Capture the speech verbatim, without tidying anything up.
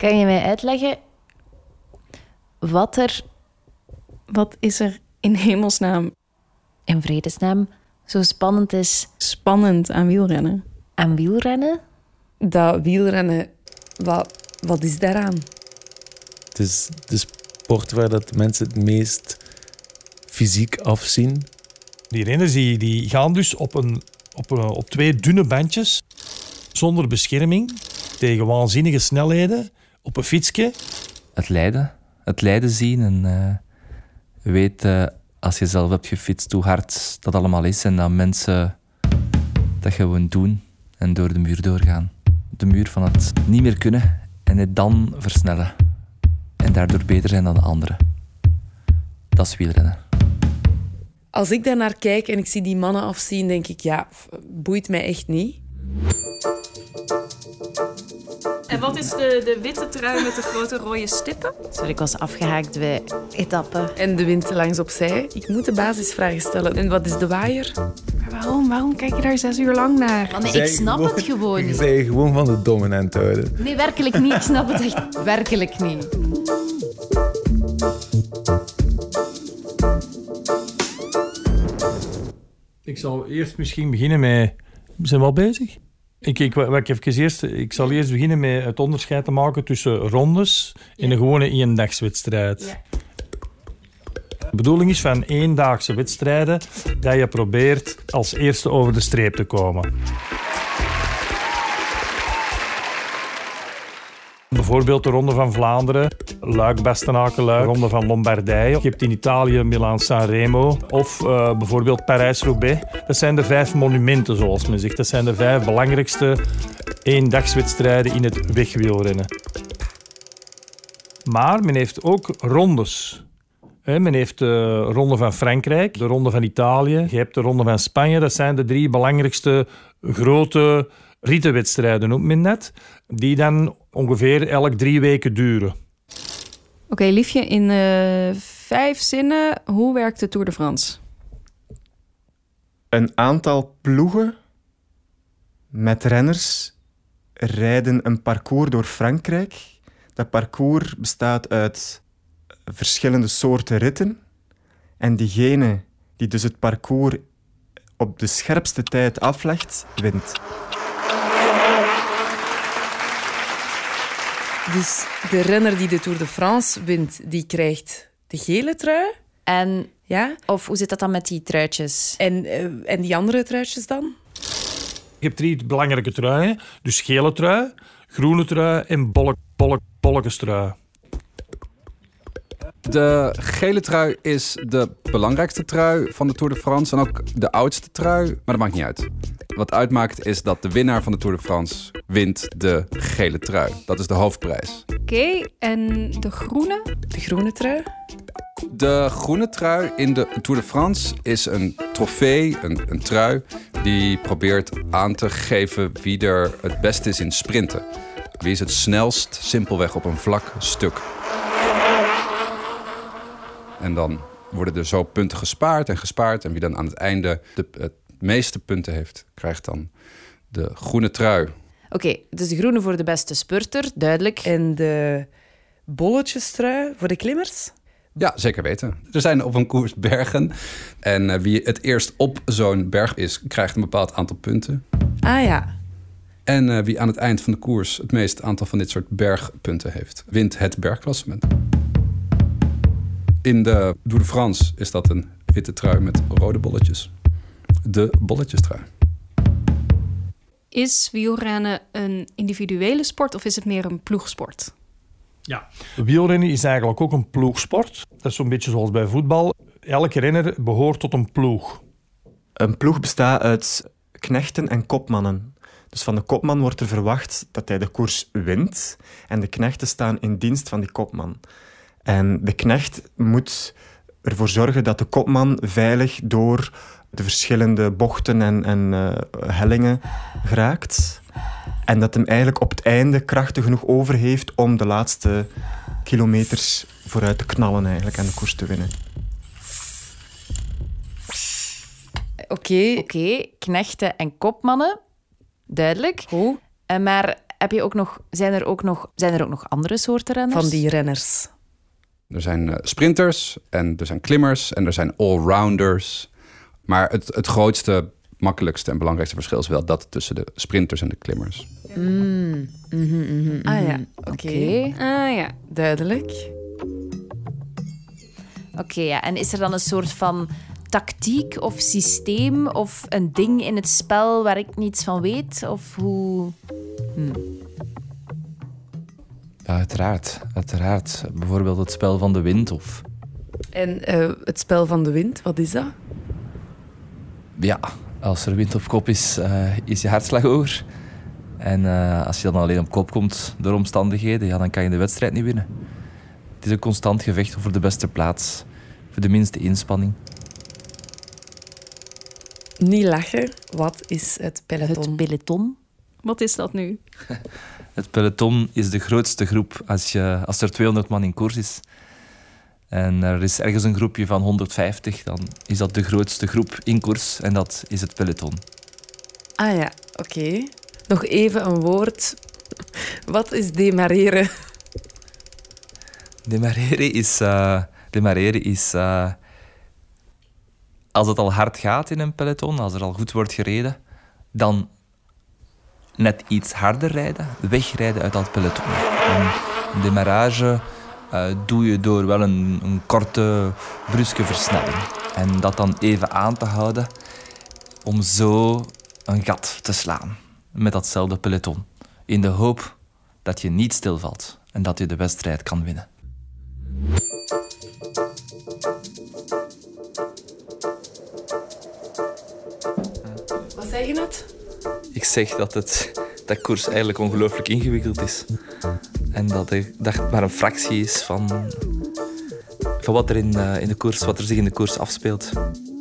Kan je mij uitleggen wat er... Wat is er in hemelsnaam in vredesnaam zo spannend is spannend aan wielrennen? aan wielrennen? Dat wielrennen, wat, wat is daaraan? Het is de sport waar dat mensen het meest fysiek afzien. Die renners die, die gaan dus op, een, op, een, op twee dunne bandjes, zonder bescherming, tegen waanzinnige snelheden, op een fietsje. Het lijden. Het lijden zien en uh, weet uh, als je zelf hebt gefietst hoe hard dat allemaal is en dat mensen dat gewoon doen en door de muur doorgaan. De muur van het niet meer kunnen en het dan versnellen. En daardoor beter zijn dan de anderen. Dat is wielrennen. Als ik daar naar kijk en ik zie die mannen afzien, denk ik, ja, boeit mij echt niet. En wat is de, de witte trui met de grote rode stippen? Sorry, ik was afgehaakt bij etappe. En de wind langs opzij. Ik moet de basisvragen stellen. En wat is de waaier? Maar waarom? Waarom kijk je daar zes uur lang naar? Oh, nee, ik snap gewoon, het gewoon Je niet. zei gewoon van de dominant houden. Nee, werkelijk niet. Ik snap het echt werkelijk niet. Ik zal eerst misschien beginnen met... We zijn wel bezig. Ik, ik, wat ik, even eerst, ik zal eerst beginnen met het onderscheid te maken tussen rondes en een gewone eendagswedstrijd. Ja. De bedoeling is van eendaagse wedstrijden dat je probeert als eerste over de streep te komen. Bijvoorbeeld de Ronde van Vlaanderen, Luik-Bastenaken-Luik, de Ronde van Lombardije. Je hebt in Italië Milaan-Sanremo of uh, bijvoorbeeld Parijs-Roubaix. Dat zijn de vijf monumenten, zoals men zegt. Dat zijn de vijf belangrijkste eendagswedstrijden in het wegwielrennen. Maar men heeft ook rondes. He, men heeft de Ronde van Frankrijk, de Ronde van Italië, je hebt de Ronde van Spanje. Dat zijn de drie belangrijkste grote rietenwedstrijden, noemt men dat, die dan ongeveer elk drie weken duren. Oké, okay, liefje, in uh, vijf zinnen, hoe werkt de Tour de France? Een aantal ploegen met renners rijden een parcours door Frankrijk. Dat parcours bestaat uit verschillende soorten ritten. En diegene die dus het parcours op de scherpste tijd aflegt, wint. Dus de renner die de Tour de France wint, die krijgt de gele trui. En, Ja? of hoe zit dat dan met die truitjes? En, uh, en die andere truitjes dan? Je hebt drie belangrijke truien. Dus gele trui, groene trui en bolk, bolk, bolkenstrui. De gele trui is de belangrijkste trui van de Tour de France en ook de oudste trui, maar dat maakt niet uit. Wat uitmaakt is dat de winnaar van de Tour de France wint de gele trui. Dat is de hoofdprijs. Oké, okay, en de groene? De groene trui? De groene trui in de Tour de France is een trofee, een, een trui, die probeert aan te geven wie er het beste is in sprinten. Wie is het snelst simpelweg op een vlak stuk. En dan worden er zo punten gespaard en gespaard. En wie dan aan het einde de, het meeste punten heeft, krijgt dan de groene trui. Oké, okay, dus de groene voor de beste spurter, duidelijk. En de bolletjestrui voor de klimmers? Ja, zeker weten. Er zijn op een koers bergen. En uh, wie het eerst op zo'n berg is, krijgt een bepaald aantal punten. Ah ja. En uh, wie aan het eind van de koers het meeste aantal van dit soort bergpunten heeft, wint het bergklassement. In de Tour de France is dat een witte trui met rode bolletjes. De bolletjestrui. Is wielrennen een individuele sport of is het meer een ploegsport? Ja, wielrennen is eigenlijk ook een ploegsport. Dat is zo'n beetje zoals bij voetbal. Elke renner behoort tot een ploeg. Een ploeg bestaat uit knechten en kopmannen. Dus van de kopman wordt er verwacht dat hij de koers wint. En de knechten staan in dienst van die kopman. En de knecht moet ervoor zorgen dat de kopman veilig door de verschillende bochten en, en uh, hellingen geraakt. En dat hem eigenlijk op het einde krachten genoeg over heeft om de laatste kilometers vooruit te knallen eigenlijk en de koers te winnen. Oké, okay. okay, knechten en kopmannen, duidelijk. Hoe? Maar heb je ook nog, zijn, er ook nog, zijn er ook nog andere soorten renners? Van die renners. Er zijn uh, sprinters en er zijn klimmers en er zijn allrounders. Maar het, het grootste, makkelijkste en belangrijkste verschil is wel dat tussen de sprinters en de klimmers. Mm. Mm-hmm, mm-hmm, Ah ja, oké. oké. Ah ja. Duidelijk. Oké, ja. En is er dan een soort van tactiek of systeem of een ding in het spel waar ik niets van weet? Of hoe... Hm. Ja, uiteraard, uiteraard. Bijvoorbeeld het spel van de wind of... En uh, het spel van de wind, wat is dat? Ja, als er wind op kop is, uh, is je hartslag hoger. En uh, als je dan alleen op kop komt door omstandigheden, ja, dan kan je de wedstrijd niet winnen. Het is een constant gevecht voor de beste plaats, voor de minste inspanning. Niet lachen. Wat is het peloton? Het peloton? Wat is dat nu? Het peloton is de grootste groep als, je, als er tweehonderd man in koers is. En er is ergens een groepje van honderdvijftig, dan is dat de grootste groep in koers en dat is het peloton. Ah ja, oké. Okay. Nog even een woord. Wat is demareren? Demareren is... Uh, demareren is uh, als het al hard gaat in een peloton, als er al goed wordt gereden, dan net iets harder rijden, wegrijden uit dat peloton. En demarrage uh, doe je door wel een, een korte, bruske versnelling. En dat dan even aan te houden om zo een gat te slaan met datzelfde peloton. In de hoop dat je niet stilvalt en dat je de wedstrijd kan winnen. Wat zeg je net? Ik zeg dat, het, dat koers eigenlijk ongelooflijk ingewikkeld is. En dat het dat maar een fractie is van, van wat er in, uh, in de koers, wat er zich in de koers afspeelt.